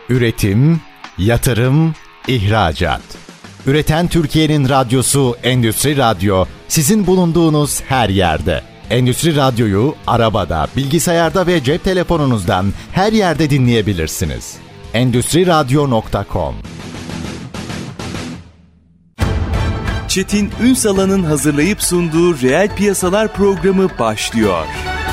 Üretim, yatırım, ihracat. Üreten Türkiye'nin radyosu Endüstri Radyo, sizin bulunduğunuz her yerde. Endüstri Radyo'yu arabada, bilgisayarda ve cep telefonunuzdan her yerde dinleyebilirsiniz. Endüstriradyo.com. Çetin Ünsal'ın hazırlayıp sunduğu Reel Piyasalar programı başlıyor.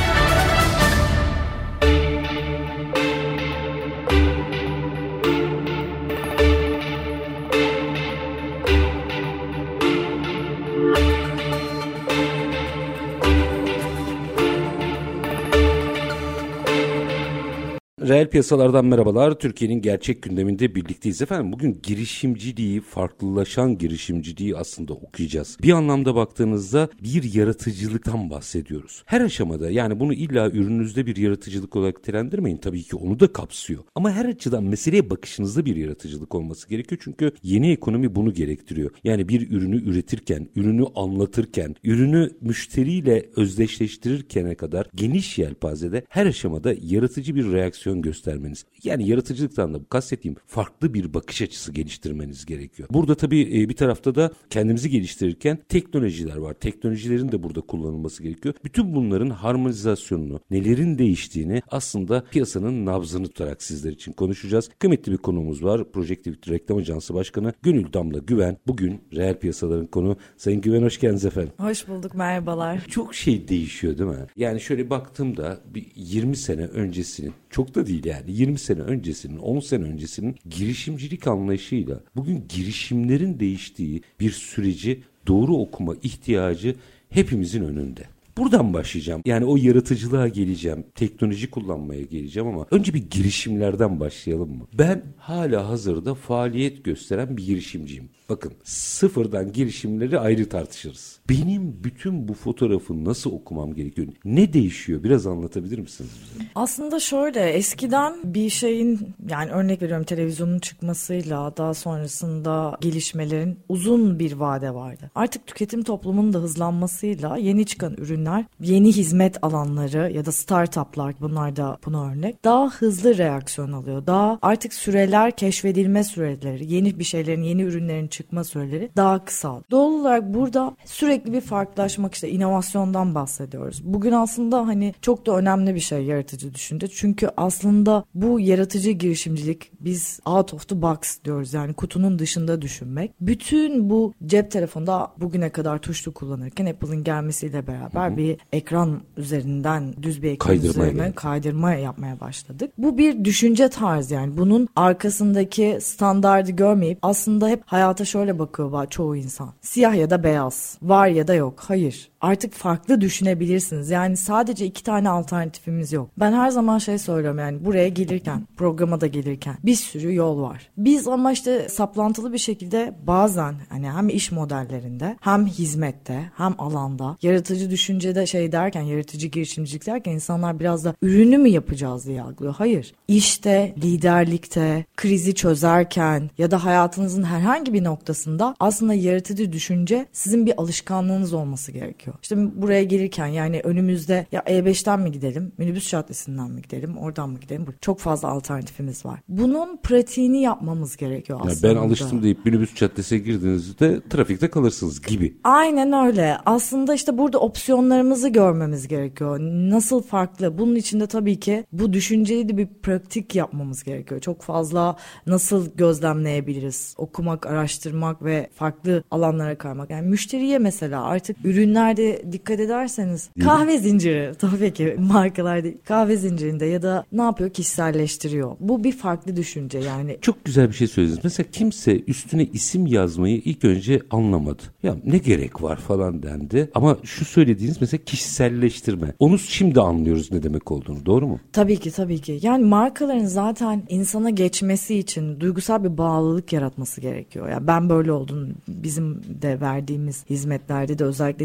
Reel piyasalardan merhabalar. Türkiye'nin gerçek gündeminde birlikteyiz efendim. Bugün girişimciliği, farklılaşan girişimciliği aslında okuyacağız. Bir anlamda baktığınızda bir yaratıcılıktan bahsediyoruz. Her aşamada, yani bunu illa ürününüzde bir yaratıcılık olarak nitelendirmeyin. Tabii ki onu da kapsıyor. Ama her açıdan meseleye bakışınızda bir yaratıcılık olması gerekiyor. Çünkü yeni ekonomi bunu gerektiriyor. Yani bir ürünü üretirken, ürünü anlatırken, ürünü müşteriyle özdeşleştirirkene kadar geniş yelpazede her aşamada yaratıcı bir reaksiyon göstermeniz. Yani yaratıcılıktan da kastettiğim farklı bir bakış açısı geliştirmeniz gerekiyor. Burada tabii bir tarafta da kendimizi geliştirirken teknolojiler var. Teknolojilerin de burada kullanılması gerekiyor. Bütün bunların harmonizasyonunu, nelerin değiştiğini aslında piyasanın nabzını tutarak sizler için konuşacağız. Kıymetli bir konuğumuz var. Projective Reklam Ajansı Başkanı Gönül Damla Güven. Bugün reel piyasaların konu. Sayın Güven, hoş geldiniz efendim. Hoş bulduk, merhabalar. Çok şey değişiyor değil mi? Yani şöyle baktığımda bir 20 sene öncesinin, çok da değil yani 20 sene öncesinin, 10 sene öncesinin girişimcilik anlayışıyla bugün girişimlerin değiştiği bir süreci doğru okuma ihtiyacı hepimizin önünde. Buradan başlayacağım. Yani o yaratıcılığa geleceğim. Teknoloji kullanmaya geleceğim ama önce bir girişimlerden başlayalım mı? Ben hala hazırda faaliyet gösteren bir girişimciyim. Bakın, sıfırdan girişimleri ayrı tartışırız. Benim bütün bu fotoğrafı nasıl okumam gerekiyor? Ne değişiyor? Biraz anlatabilir misiniz bize? Aslında şöyle, eskiden bir şeyin, yani örnek veriyorum, televizyonun çıkmasıyla daha sonrasında gelişmelerin uzun bir vade vardı. Artık tüketim toplumunun da hızlanmasıyla yeni çıkan ürünler, yeni hizmet alanları ya da startuplar, bunlar da buna örnek, daha hızlı reaksiyon alıyor. Daha artık süreler, keşfedilme süreleri, yeni bir şeylerin, yeni ürünlerin çıkma süreleri daha kısaldı. Doğal olarak burada sürekli bir farklılaşmak, işte inovasyondan bahsediyoruz. Bugün aslında hani çok da önemli bir şey yaratıcı düşünce. Çünkü aslında bu yaratıcı girişimcilik, biz out of the box diyoruz, yani kutunun dışında düşünmek. Bütün bu cep telefonda bugüne kadar tuşlu kullanırken Apple'ın gelmesiyle beraber bir ekran üzerinden, düz bir ekran üzerine kaydırma yapmaya başladık. Bu bir düşünce tarzı, yani bunun arkasındaki standardı görmeyip aslında hep hayata şöyle bakıyor çoğu insan. Siyah ya da beyaz, var ya da yok. Hayır. Artık farklı düşünebilirsiniz. Yani sadece 2 tane alternatifimiz yok. Ben her zaman söylüyorum, yani buraya gelirken, programa da gelirken bir sürü yol var. Biz ama işte saplantılı bir şekilde bazen hani hem iş modellerinde, hem hizmette, hem alanda, yaratıcı düşüncede derken, yaratıcı girişimcilik derken insanlar biraz da ürünü mü yapacağız diye algılıyor. Hayır. İşte, liderlikte, krizi çözerken ya da hayatınızın herhangi bir noktasında aslında yaratıcı düşünce sizin bir alışkanlığınız olması gerekiyor. İşte buraya gelirken, yani önümüzde ya E5'ten mi gidelim, minibüs caddesinden mi gidelim, oradan mı gidelim? Çok fazla alternatifimiz var. Bunun pratiğini yapmamız gerekiyor aslında. Ya ben alıştım deyip minibüs caddesine girdiğinizde trafikte kalırsınız gibi. Aynen öyle. Aslında işte burada opsiyonlarımızı görmemiz gerekiyor. Nasıl farklı? Bunun içinde tabii ki bu düşünceyi de bir pratik yapmamız gerekiyor. Çok fazla nasıl gözlemleyebiliriz? Okumak, araştırmak ve farklı alanlara kaymak. Yani müşteriye mesela artık ürünlerde dikkat ederseniz kahve zinciri, tabii ki markalarda kahve zincirinde ya da ne yapıyor? Kişiselleştiriyor. Bu bir farklı düşünce yani. Çok güzel bir şey söylediniz. Mesela kimse üstüne isim yazmayı ilk önce anlamadı. Ya ne gerek var falan dendi. Ama şu söylediğiniz mesela kişiselleştirme. Onu şimdi anlıyoruz ne demek olduğunu. Doğru mu? Tabii ki, tabii ki. Yani markaların zaten insana geçmesi için duygusal bir bağlılık yaratması gerekiyor. Yani ben böyle oldum. Bizim de verdiğimiz hizmetlerde de özellikle dikkat etmemiz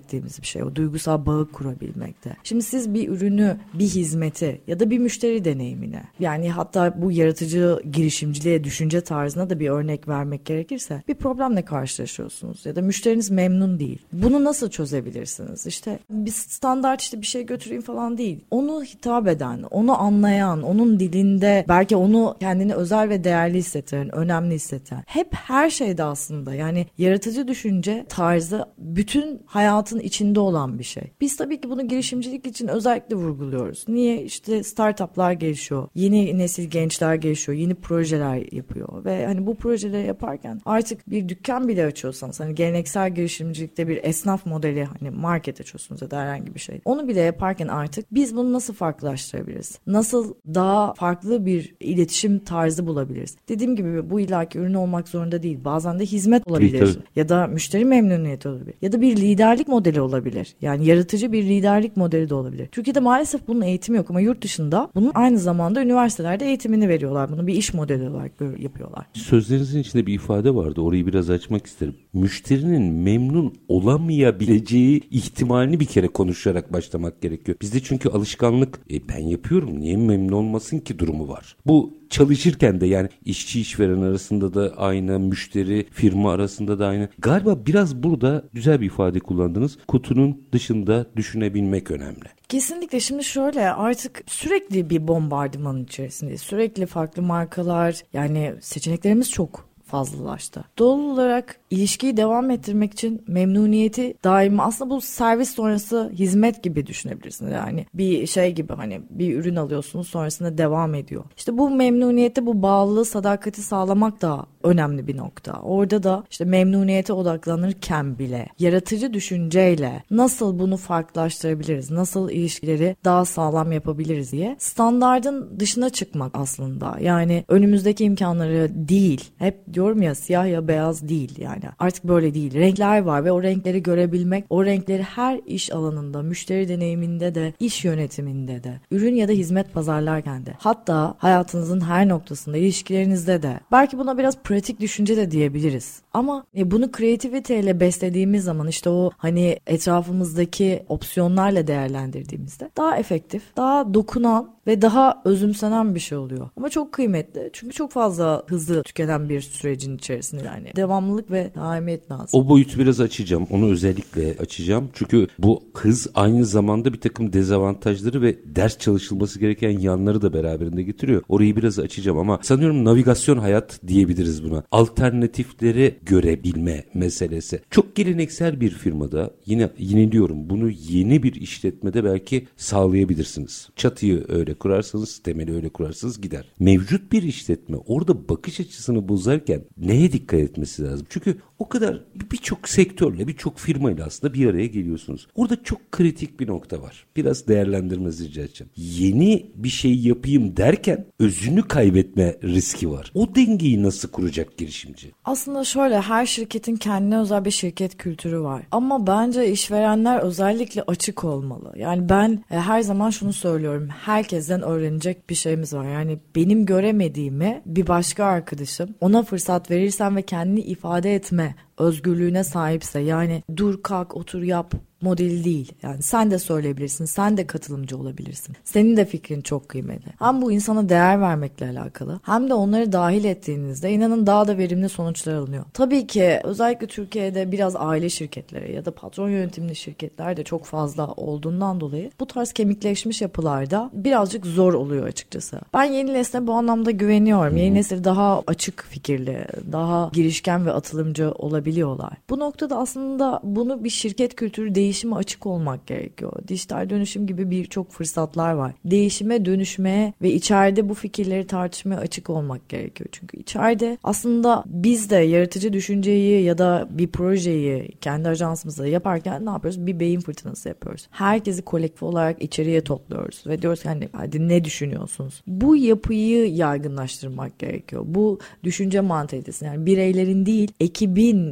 bahsettiğimiz bir şey. O duygusal bağı kurabilmekte. Şimdi siz bir ürünü, bir hizmeti ya da bir müşteri deneyimine, yani hatta bu yaratıcı girişimciliğe, düşünce tarzına da bir örnek vermek gerekirse, bir problemle karşılaşıyorsunuz ya da müşteriniz memnun değil. Bunu nasıl çözebilirsiniz? İşte bir standart işte bir şey götüreyim falan değil. Onu hitap eden, onu anlayan, onun dilinde belki onu kendini özel ve değerli hissettiren, önemli hissettiren. Hep her şeyde aslında, yani yaratıcı düşünce tarzı bütün hayatın içinde olan bir şey. Biz tabii ki bunu girişimcilik için özellikle vurguluyoruz. Niye? İşte startuplar gelişiyor. Yeni nesil gençler gelişiyor. Yeni projeler yapıyor. Ve hani bu projeleri yaparken artık bir dükkan bile açıyorsanız, hani geleneksel girişimcilikte bir esnaf modeli, hani market açıyorsunuz ya da herhangi bir şey. Onu bile yaparken artık biz bunu nasıl farklılaştırabiliriz? Nasıl daha farklı bir iletişim tarzı bulabiliriz? Dediğim gibi bu illaki ürün olmak zorunda değil. Bazen de hizmet olabilir. Tabii. Ya da müşteri memnuniyeti olabilir. Ya da bir liderlik modeli olabilir. Yani yaratıcı bir liderlik modeli de olabilir. Türkiye'de maalesef bunun eğitimi yok ama yurt dışında bunun aynı zamanda üniversitelerde eğitimini veriyorlar. Bunu bir iş modeli olarak yapıyorlar. Sözlerinizin içinde bir ifade vardı. Orayı biraz açmak isterim. Müşterinin memnun olamayabileceği ihtimalini bir kere konuşarak başlamak gerekiyor. Bizde çünkü alışkanlık ben yapıyorum niye memnun olmasın ki durumu var. Bu çalışırken de, yani işçi işveren arasında da aynı, müşteri firma arasında da aynı. Galiba biraz burada güzel bir ifade kullandınız. Kutunun dışında düşünebilmek önemli. Kesinlikle. Şimdi şöyle, artık sürekli bir bombardımanın içerisindeyiz. Sürekli farklı markalar, yani seçeneklerimiz çok fazlalaştı. Doğal olarak ilişkiyi devam ettirmek için memnuniyeti daima, aslında bu servis sonrası hizmet gibi düşünebilirsiniz. Yani bir şey gibi, hani bir ürün alıyorsunuz sonrasında devam ediyor. İşte bu memnuniyeti, bu bağlılığı, sadakati sağlamak da önemli bir nokta. Orada da işte memnuniyete odaklanırken bile yaratıcı düşünceyle nasıl bunu farklılaştırabiliriz, nasıl ilişkileri daha sağlam yapabiliriz diye standardın dışına çıkmak aslında. Yani önümüzdeki imkanları değil, hep diyorum ya, siyah ya beyaz değil yani. Artık böyle değil. Renkler var ve o renkleri görebilmek, o renkleri her iş alanında, müşteri deneyiminde de, iş yönetiminde de, ürün ya da hizmet pazarlarken de, hatta hayatınızın her noktasında, ilişkilerinizde de. Belki buna biraz pratik düşünce de diyebiliriz. Ama bunu kreativiteyle beslediğimiz zaman, işte o hani etrafımızdaki opsiyonlarla değerlendirdiğimizde daha efektif, daha dokunan ve daha özümsenen bir şey oluyor. Ama çok kıymetli. Çünkü çok fazla hızlı tükenen bir sürecin içerisinde, yani devamlılık ve daimiyet lazım. O boyutu biraz açacağım. Onu özellikle açacağım. Çünkü bu hız aynı zamanda bir takım dezavantajları ve ders çalışılması gereken yanları da beraberinde getiriyor. Orayı biraz açacağım ama sanıyorum navigasyon hayat diyebiliriz buna. Alternatifleri görebilme meselesi. Çok geleneksel bir firmada, yine diyorum, bunu yeni bir işletmede belki sağlayabilirsiniz. Çatıyı öyle kurarsanız, temeli öyle kurarsanız gider. Mevcut bir işletme orada bakış açısını bozarken neye dikkat etmesi lazım? Çünkü o kadar birçok sektörle, birçok firmayla aslında bir araya geliyorsunuz. Orada çok kritik bir nokta var. Biraz değerlendirmenizi rica edeceğim. Yeni bir şey yapayım derken özünü kaybetme riski var. O dengeyi nasıl kuracak girişimci? Aslında şöyle, her şirketin kendine özel bir şirket kültürü var. Ama bence işverenler özellikle açık olmalı. Yani ben her zaman şunu söylüyorum. Herkesten öğrenecek bir şeyimiz var. Yani benim göremediğimi bir başka arkadaşım, ona fırsat verirsem ve kendini ifade etme özgürlüğüne sahipse, yani dur kalk otur yap modeli değil. Yani sen de söyleyebilirsin, sen de katılımcı olabilirsin. Senin de fikrin çok kıymetli. Hem bu insana değer vermekle alakalı, hem de onları dahil ettiğinizde inanın daha da verimli sonuçlar alınıyor. Tabii ki özellikle Türkiye'de biraz aile şirketleri ya da patron yönetimli şirketler de çok fazla olduğundan dolayı bu tarz kemikleşmiş yapılarda birazcık zor oluyor açıkçası. Ben yeni nesle bu anlamda güveniyorum. Yeni nesil daha açık fikirli, daha girişken ve atılımcı olabiliyorlar. Bu noktada aslında bunu bir şirket kültürü değişime açık olmak gerekiyor. Dijital dönüşüm gibi birçok fırsatlar var. Değişime, dönüşmeye ve içeride bu fikirleri tartışmaya açık olmak gerekiyor. Çünkü içeride aslında biz de yaratıcı düşünceyi ya da bir projeyi kendi ajansımızda yaparken ne yapıyoruz? Bir beyin fırtınası yapıyoruz. Herkesi kolektif olarak içeriye topluyoruz ve diyoruz ki hani hadi ne düşünüyorsunuz? Bu yapıyı yaygınlaştırmak gerekiyor. Bu düşünce mantalitesi, yani bireylerin değil ekibin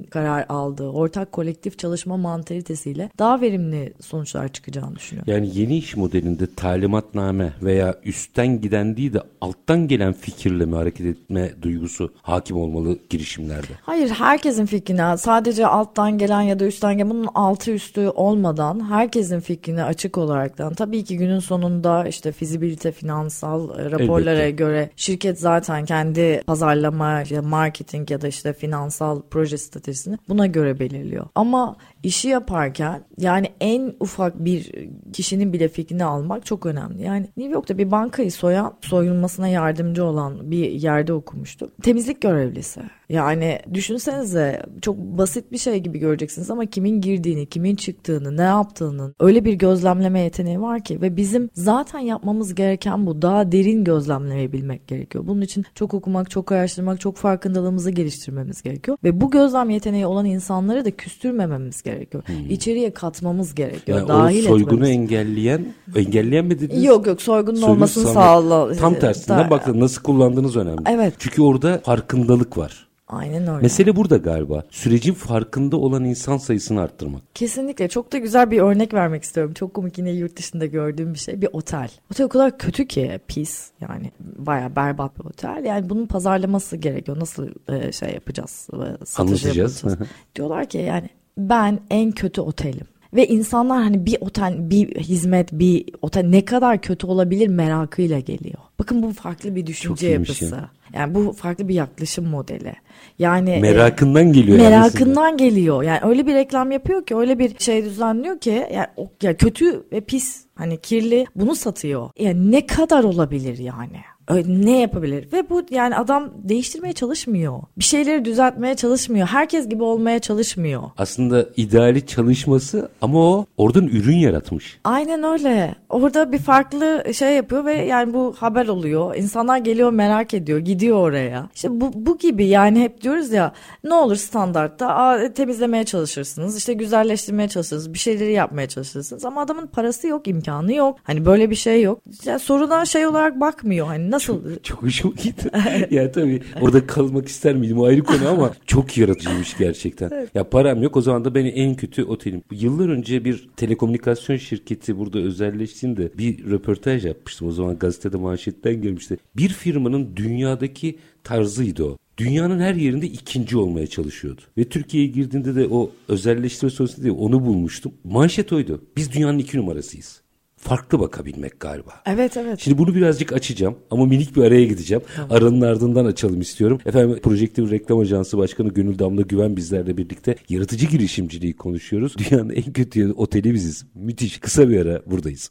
herkesin karar aldığı, ortak kolektif çalışma mantalitesiyle daha verimli sonuçlar çıkacağını düşünüyorum. Yani yeni iş modelinde talimatname veya üstten giden değil de alttan gelen fikirle mi hareket etme duygusu hakim olmalı girişimlerde? Hayır, herkesin fikrine, sadece alttan gelen ya da üstten gelen, bunun altı üstü olmadan herkesin fikrine açık olaraktan, tabii ki günün sonunda işte fizibilite, finansal raporlara Elbette. göre şirket zaten kendi pazarlama, marketing ya da işte finansal proje stratejisini buna göre belirliyor. Ama işi yaparken yani en ufak bir kişinin bile fikrini almak çok önemli. Yani New York'ta bir bankayı soyulmasına yardımcı olan bir yerde okumuştum. Temizlik görevlisi. Yani düşünsenize, çok basit bir şey gibi göreceksiniz ama kimin girdiğini, kimin çıktığını, ne yaptığının öyle bir gözlemleme yeteneği var ki ve bizim zaten yapmamız gereken bu. Daha derin gözlemleyebilmek gerekiyor. Bunun için çok okumak, çok araştırmak, çok farkındalığımızı geliştirmemiz gerekiyor ve bu gözlem yeteneği olan insanları da küstürmememiz gerekiyor. İçeriye katmamız gerekiyor. Yani dahil o soygunu etmemiz. engelleyen mi dediniz? Yok, soygunun olmasını sağla. Tam tersinden bakın, nasıl kullandığınız önemli. Evet. Çünkü orada farkındalık var. Aynen öyle. Mesele burada galiba. Sürecin farkında olan insan sayısını arttırmak. Kesinlikle. Çok da güzel bir örnek vermek istiyorum. Çok komik, yine yurt dışında gördüğüm bir şey. Bir otel. Otel o kadar kötü ki, pis. Yani bayağı berbat bir otel. Yani bunun pazarlaması gerekiyor. Nasıl şey yapacağız? Anlatacağız. Diyorlar ki yani ben en kötü otelim. Ve insanlar hani bir otel, bir hizmet, bir otel ne kadar kötü olabilir merakıyla geliyor. Bakın, bu farklı bir düşünce yapısı. Ya. Yani bu farklı bir yaklaşım modeli. Yani merakından geliyor. Merakından geliyor. Yani öyle bir reklam yapıyor ki, öyle bir şey düzenliyor ki yani kötü ve pis, hani kirli, bunu satıyor. Yani ne kadar olabilir yani? Ne yapabilir? Ve bu, yani adam değiştirmeye çalışmıyor. Bir şeyleri düzeltmeye çalışmıyor. Herkes gibi olmaya çalışmıyor. Aslında ideali çalışması ama o oradan ürün yaratmış. Aynen öyle. Orada bir farklı şey yapıyor ve yani bu haber oluyor. İnsanlar geliyor, merak ediyor, gidiyor oraya. İşte bu gibi, yani hep diyoruz ya, ne olur standartta temizlemeye çalışırsınız, işte güzelleştirmeye çalışırsınız, bir şeyleri yapmaya çalışırsınız ama adamın parası yok, imkanı yok. Hani böyle bir şey yok. Yani sorulan şey olarak bakmıyor. Hani nasıl? Çok hoşuma gitti. Ya tabii orada kalmak ister miydim, o ayrı konu ama çok yaratıcıymış gerçekten. Evet. Ya param yok, o zaman da beni en kötü otelim. Yıllar önce bir telekomünikasyon şirketi burada özelleştiğinde bir röportaj yapmıştım. O zaman gazetede manşetten gelmişti. Bir firmanın dünyadaki tarzıydı o. Dünyanın her yerinde ikinci olmaya çalışıyordu. Ve Türkiye'ye girdiğinde de o özelleştirme sonuçta onu bulmuştum. Manşet oydu. Biz dünyanın 2 numarasıyız. Farklı bakabilmek galiba. Evet. Şimdi bunu birazcık açacağım ama minik bir araya gideceğim. Tamam. Aranın ardından açalım istiyorum. Efendim, Projektif Reklam Ajansı Başkanı Gönül Damla Güven bizlerle birlikte yaratıcı girişimciliği konuşuyoruz. Dünyanın en kötü oteli biziz. Müthiş, kısa bir ara buradayız.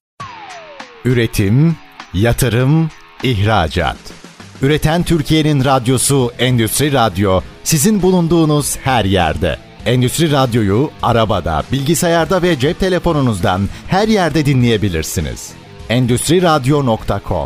Üretim, yatırım, ihracat. Üreten Türkiye'nin radyosu Endüstri Radyo, sizin bulunduğunuz her yerde. Endüstri Radyo'yu arabada, bilgisayarda ve cep telefonunuzdan her yerde dinleyebilirsiniz. Endüstriradyo.com.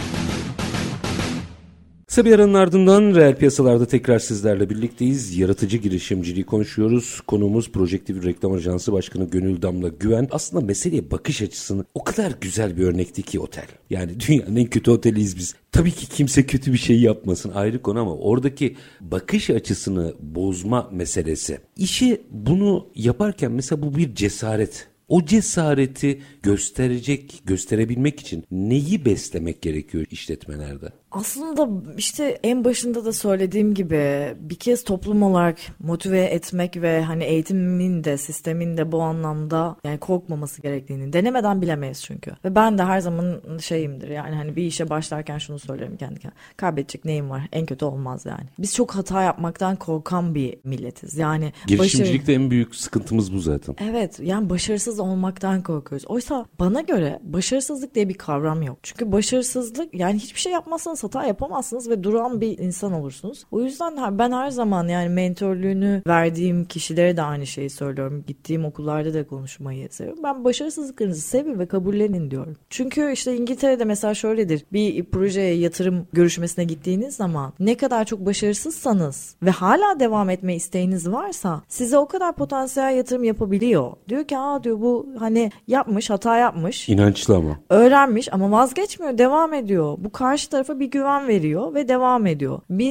Kısa bir aranın ardından reel piyasalarda tekrar sizlerle birlikteyiz. Yaratıcı girişimciliği konuşuyoruz. Konuğumuz Projektif Reklam Ajansı Başkanı Gönül Damla Güven. Aslında meseleye bakış açısını o kadar güzel bir örnekti ki otel. Yani dünyanın en kötü oteliyiz biz. Tabii ki kimse kötü bir şey yapmasın, ayrı konu, ama oradaki bakış açısını bozma meselesi. İşi bunu yaparken mesela bu bir cesaret. O cesareti gösterebilmek için neyi beslemek gerekiyor işletmelerde? Aslında işte en başında da söylediğim gibi bir kez toplum olarak motive etmek ve hani eğitimin de sistemin de bu anlamda yani korkmaması gerektiğini, denemeden bilemeyiz çünkü. Ve ben de her zaman şeyimdir, yani hani bir işe başlarken şunu söylerim kendi kendime: kaybedecek neyim var, en kötü olmaz yani. Biz çok hata yapmaktan korkan bir milletiz. Yani girişimcilikte en büyük sıkıntımız bu zaten. Evet, yani başarısız olmaktan korkuyoruz. Oysa bana göre başarısızlık diye bir kavram yok. Çünkü başarısızlık, yani hiçbir şey yapmazsanız hata yapamazsınız ve duran bir insan olursunuz. O yüzden ben her zaman yani mentörlüğünü verdiğim kişilere de aynı şeyi söylüyorum. Gittiğim okullarda da konuşmayı seviyorum. Ben başarısızlıklarınızı sevin ve kabullenin diyorum. Çünkü işte İngiltere'de mesela şöyledir. Bir projeye yatırım görüşmesine gittiğiniz zaman ne kadar çok başarısızsanız ve hala devam etme isteğiniz varsa size o kadar potansiyel yatırım yapabiliyor. Diyor ki diyor bu hani yapmış, hata yapmış. İnançlı ama. Öğrenmiş ama vazgeçmiyor, devam ediyor. Bu karşı tarafa bir güven veriyor ve devam ediyor. Bizde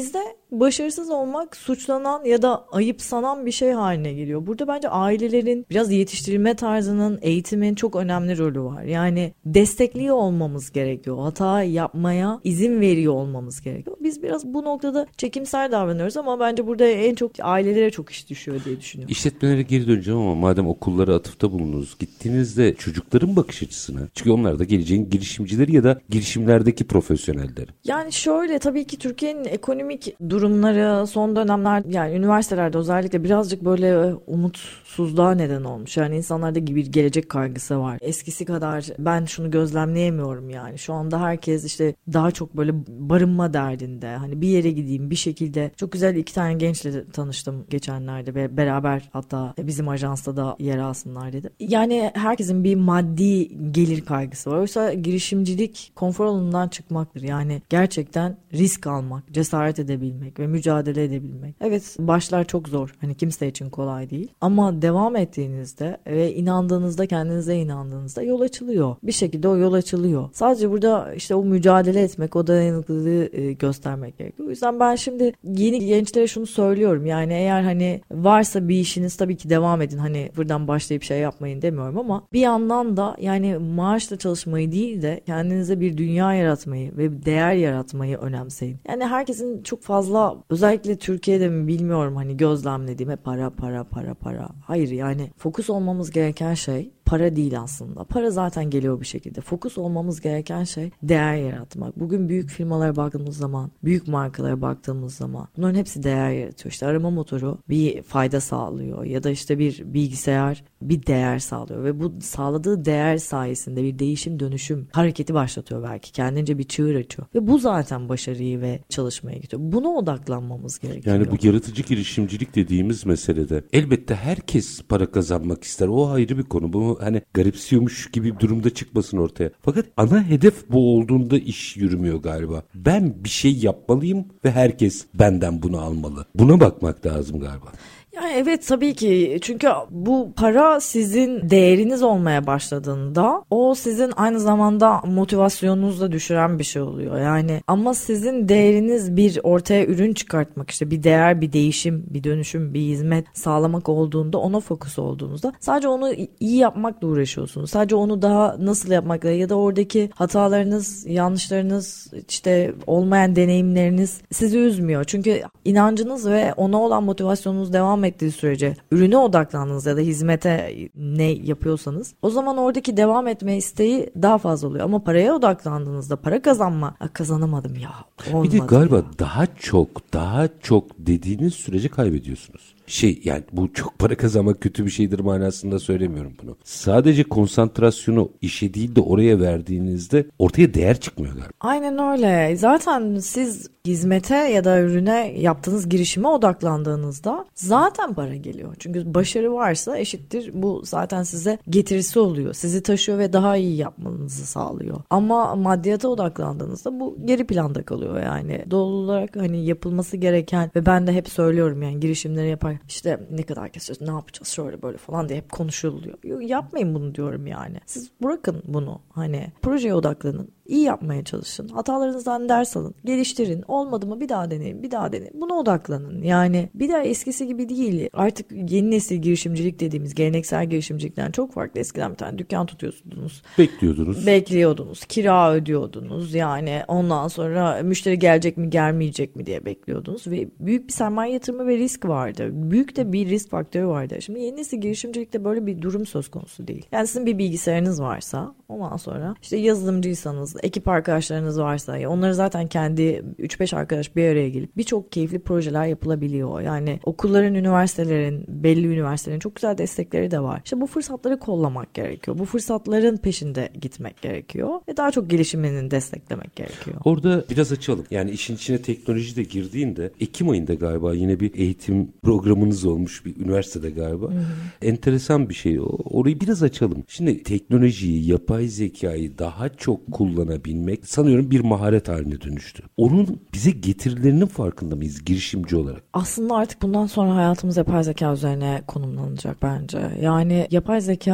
başarısız olmak suçlanan ya da ayıpsanan bir şey haline geliyor. Burada bence ailelerin biraz yetiştirilme tarzının, eğitimin çok önemli rolü var. Yani destekliyor olmamız gerekiyor. Hata yapmaya izin veriyor olmamız gerekiyor. Biz biraz bu noktada çekimser davranıyoruz ama bence burada en çok ailelere çok iş düşüyor diye düşünüyorum. İşletmelere geri döneceğim ama madem okullara atıfta bulundunuz, gittiğinizde çocukların bakış açısına, çünkü onlar da geleceğin girişimcileri ya da girişimlerdeki profesyonelleri. Yani şöyle, tabii ki Türkiye'nin ekonomik durumları son dönemler, yani üniversitelerde özellikle birazcık böyle umutsuzluğa neden olmuş. Yani insanlarda bir gelecek kaygısı var. Eskisi kadar ben şunu gözlemleyemiyorum yani. Şu anda herkes işte daha çok böyle barınma derdinde. Hani bir yere gideyim bir şekilde. Çok güzel 2 tane gençle tanıştım geçenlerde ve beraber hatta bizim ajansta da yer alsınlar dedim. Yani herkesin bir maddi gelir kaygısı var. Oysa girişimcilik konfor alanından çıkmaktır. Yani gerçekten risk almak, cesaret edebilmek ve mücadele edebilmek. Evet, başlar çok zor. Hani kimse için kolay değil. Ama devam ettiğinizde ve inandığınızda, kendinize inandığınızda yol açılıyor. Bir şekilde o yol açılıyor. Sadece burada işte o mücadele etmek, o dayanıklılığı göstermek gerekiyor. O yüzden ben şimdi yeni gençlere şunu söylüyorum. Yani eğer hani varsa bir işiniz, tabii ki devam edin. Hani buradan başlayıp şey yapmayın demiyorum ama bir yandan da yani maaşla çalışmayı değil de kendinize bir dünya yaratmayı ve değer yaratmayı önemseyin. Yani herkesin çok fazla, özellikle Türkiye'de mi bilmiyorum, hani gözlemlediğim hep para. Hayır, yani fokus olmamız gereken şey para değil aslında. Para zaten geliyor bir şekilde. Fokus olmamız gereken şey değer yaratmak. Bugün büyük firmalara baktığımız zaman, büyük markalara baktığımız zaman bunların hepsi değer yaratıyor. İşte arama motoru bir fayda sağlıyor ya da işte bir bilgisayar bir değer sağlıyor ve bu sağladığı değer sayesinde bir değişim dönüşüm hareketi başlatıyor belki. Kendince bir çığır açıyor. Ve bu zaten başarıyı ve çalışmaya gidiyor. Buna odaklanmamız gerekiyor. Yani bu yaratıcı girişimcilik dediğimiz meselede elbette herkes para kazanmak ister. O ayrı bir konu. Bu hani garipsiyormuş gibi bir durumda çıkmasın ortaya. Fakat ana hedef bu olduğunda iş yürümüyor galiba. Ben bir şey yapmalıyım ve herkes benden bunu almalı. Buna bakmak lazım galiba. Yani evet, tabii ki, çünkü bu para sizin değeriniz olmaya başladığında o sizin aynı zamanda motivasyonunuzu da düşüren bir şey oluyor. Yani ama sizin değeriniz bir ortaya ürün çıkartmak, işte bir değer, bir değişim, bir dönüşüm, bir hizmet sağlamak olduğunda, ona fokus olduğunuzda sadece onu iyi yapmakla uğraşıyorsunuz. Sadece onu daha nasıl yapmakla ya da oradaki hatalarınız, yanlışlarınız, işte olmayan deneyimleriniz sizi üzmüyor. Çünkü inancınız ve ona olan motivasyonunuz devam ettiği sürece, ürüne odaklandığınız ya da hizmete ne yapıyorsanız, o zaman oradaki devam etme isteği daha fazla oluyor. Ama paraya odaklandığınızda, para kazanamadım ya, olmadı. Bir de galiba ya. daha çok dediğiniz sürece kaybediyorsunuz. Yani bu çok para kazanmak kötü bir şeydir manasında söylemiyorum bunu. Sadece konsantrasyonu işe değil de oraya verdiğinizde ortaya değer çıkmıyor galiba. Aynen öyle. Zaten siz hizmete ya da ürüne, yaptığınız girişime odaklandığınızda zaten para geliyor. Çünkü başarı varsa eşittir bu zaten size getirisi oluyor. Sizi taşıyor ve daha iyi yapmanızı sağlıyor. Ama maddiyata odaklandığınızda bu geri planda kalıyor yani. Doğal olarak hani yapılması gereken ve ben de hep söylüyorum yani girişimleri yapar. İşte ne kadar keseceğiz, ne yapacağız, şöyle böyle falan diye hep konuşuluyor. Yapmayın bunu diyorum yani. Siz bırakın bunu. Hani projeye odaklanın. İyi yapmaya çalışın. Hatalarınızdan ders alın. Geliştirin. Olmadı mı bir daha deneyin. Buna odaklanın. Yani bir daha eskisi gibi değil. Artık yeni nesil girişimcilik dediğimiz geleneksel girişimcilikten çok farklı. Eskiden bir tane dükkan tutuyorsunuz. Bekliyordunuz. Kira ödüyordunuz. Yani ondan sonra müşteri gelecek mi gelmeyecek mi diye bekliyordunuz. Ve büyük bir sermaye yatırımı ve risk vardı. Büyük de bir risk faktörü vardı. Şimdi yeni nesil girişimcilikte böyle bir durum söz konusu değil. Yani sizin bir bilgisayarınız varsa, ondan sonra işte yazılımcıysanız, ekip arkadaşlarınız varsa, onları zaten kendi 3-5 arkadaş bir araya gelip birçok keyifli projeler yapılabiliyor. Yani okulların, belli üniversitelerin çok güzel destekleri de var. İşte bu fırsatları kollamak gerekiyor. Bu fırsatların peşinde gitmek gerekiyor ve daha çok gelişimini desteklemek gerekiyor. Orada biraz açalım. Yani işin içine teknoloji de girdiğinde Ekim ayında galiba yine bir eğitim programınız olmuş bir üniversitede galiba. Hı-hı. Enteresan bir şey. Orayı biraz açalım. Şimdi teknolojiyi, yapay zekayı daha çok kullanabilmek sanıyorum bir maharet haline dönüştü. Onun bize getirilerinin farkında mıyız girişimci olarak? Aslında artık bundan sonra hayatımız yapay zeka üzerine konumlanacak bence. Yani yapay zeka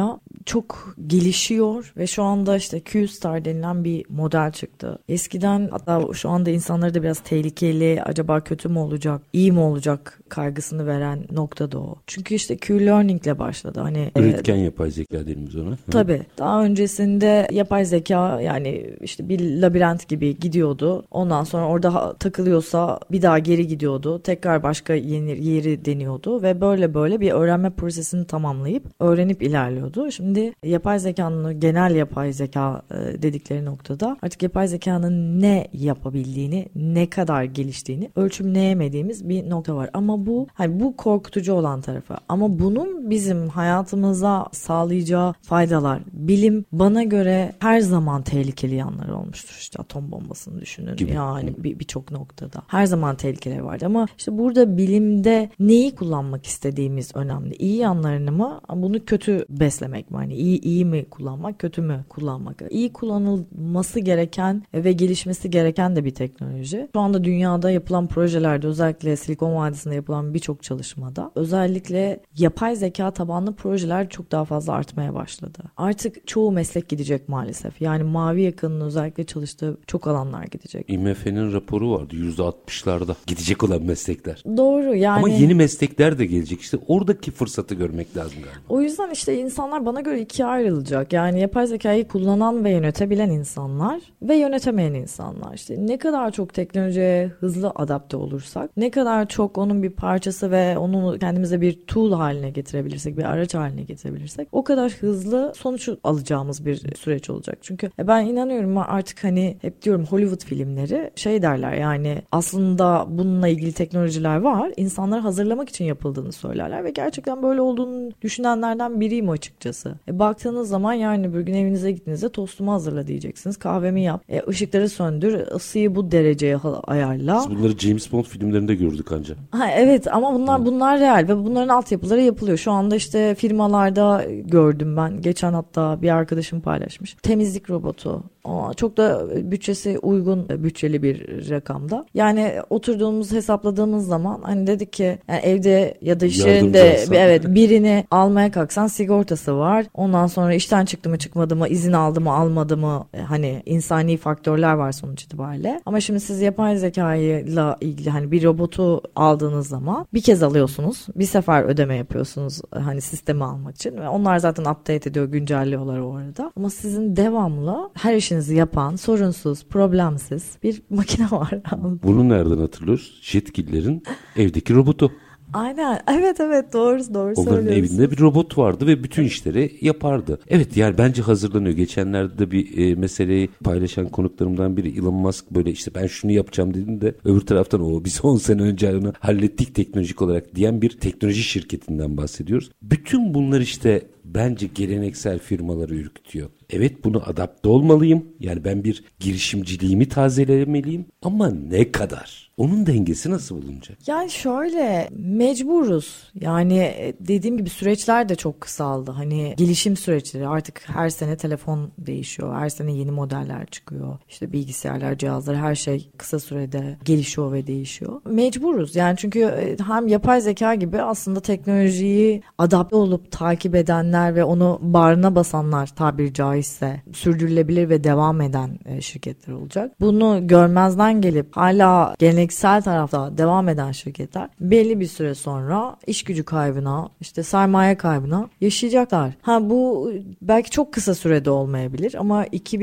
çok gelişiyor ve şu anda işte Q-Star denilen bir model çıktı. Eskiden, hatta şu anda insanları da biraz tehlikeli, acaba kötü mü olacak, iyi mi olacak kaygısını veren nokta da o. Çünkü işte Q-Learning ile başladı. Hani üretken yapay zeka dediğimiz ona. Tabii. Daha öncesinde yapay zeka yani işte bir labirent gibi gidiyordu. Ondan sonra orada takılıyorsa bir daha geri gidiyordu. Tekrar başka yeri deniyordu ve böyle bir öğrenme prosesini tamamlayıp öğrenip ilerliyordu. Şimdi yapay zekanın, genel yapay zeka dedikleri noktada artık yapay zekanın ne yapabildiğini, ne kadar geliştiğini ölçümleyemediğimiz bir nokta var. Ama bu korkutucu olan tarafı. Ama bunun bizim hayatımıza sağlayacağı faydalar, bilim bana göre her zaman tehlikeli yanları olmuştur. İşte atom bombasını düşünün. Gibi. Yani birçok noktada. Her zaman tehlikeleri vardı. Ama işte burada bilimde neyi kullanmak istediğimiz önemli. İyi yanlarını mı? Bunu kötü beslemek mi? Hani iyi mi kullanmak, kötü mü kullanmak? İyi kullanılması gereken ve gelişmesi gereken de bir teknoloji. Şu anda dünyada yapılan projelerde, özellikle Silikon Vadisi'nde yapılan birçok çalışmada özellikle yapay zeka tabanlı projeler çok daha fazla artmaya başladı. Artık çoğu meslek gidecek maalesef. Yani mavi yakanın özellikle çalıştığı çok alanlar gidecek. IMF'nin raporu vardı %60'larda gidecek olan meslekler. Doğru yani. Ama yeni meslekler de gelecek. İşte oradaki fırsatı görmek lazım galiba. O yüzden işte insanlar bana göre ikiye ayrılacak. Yani yapay zekayı kullanan ve yönetebilen insanlar ve yönetemeyen insanlar. İşte ne kadar çok teknolojiye hızlı adapte olursak, ne kadar çok onun bir parçası ve onu kendimize bir tool haline getirebilirsek, bir araç haline getirebilirsek o kadar hızlı sonuç alacağımız bir süreç olacak. Çünkü ben inanıyorum, artık hani hep diyorum Hollywood filmleri şey derler, yani aslında bununla ilgili teknolojiler var. İnsanları hazırlamak için yapıldığını söylerler ve gerçekten böyle olduğunu düşünenlerden biriyim açıkçası. Baktığınız zaman yani bir gün evinize gittiğinizde tostumu hazırla diyeceksiniz. Kahvemi yap. Işıkları söndür. Isıyı bu dereceye ayarla. Biz bunları James Bond filmlerinde gördük ancak. Evet ama bunlar real ve bunların altyapıları yapılıyor. Şu anda işte firmalarda gördüm ben. Geçen hatta bir arkadaşım paylaşmış. Temizlik robotu. Çok da bütçesi uygun bütçeli bir rakamda. Yani oturduğumuz, hesapladığımız zaman hani dedik ki yani evde ya da iş yerinde birini almaya kalksan sigortası var. Ondan sonra işten çıktı mı çıkmadı mı, izin aldı mı almadı mı, hani insani faktörler var sonuç itibariyle. Ama şimdi siz yapay zekayla ilgili hani bir robotu aldığınız zaman bir kez alıyorsunuz. Bir sefer ödeme yapıyorsunuz hani sistemi almak için ve onlar zaten update ediyor, güncelliyorlar o arada. Ama sizin devamlı her işinizi yapan, sorunsuz, problemsiz bir makine var. Bunu nereden hatırlıyoruz? Jetgiller'in evdeki robotu. Aynen. Evet doğru söylüyorsun. Onların evinde bir robot vardı ve bütün işleri yapardı. Evet yani bence hazırlanıyor. Geçenlerde de bir meseleyi paylaşan konuklarımdan biri Elon Musk böyle işte ben şunu yapacağım dedim de öbür taraftan biz 10 sene önce onu hallettik teknolojik olarak diyen bir teknoloji şirketinden bahsediyoruz. Bütün bunlar işte bence geleneksel firmaları ürkütüyor. Evet buna adapte olmalıyım. Yani ben bir girişimciliğimi tazelemeliyim. Ama ne kadar? Onun dengesi nasıl bulunacak? Yani şöyle mecburuz. Yani dediğim gibi süreçler de çok kısaldı. Hani gelişim süreçleri, artık her sene telefon değişiyor. Her sene yeni modeller çıkıyor. İşte bilgisayarlar, cihazlar, her şey kısa sürede gelişiyor ve değişiyor. Mecburuz. Yani çünkü hem yapay zeka gibi aslında teknolojiyi adapte olup takip edenler ve onu bağrına basanlar, tabiri caizse sürdürülebilir ve devam eden şirketler olacak. Bunu görmezden gelip hala geleneksel tarafta devam eden şirketler belli bir süre sonra iş gücü kaybına, işte sermaye kaybına yaşayacaklar. Bu belki çok kısa sürede olmayabilir ama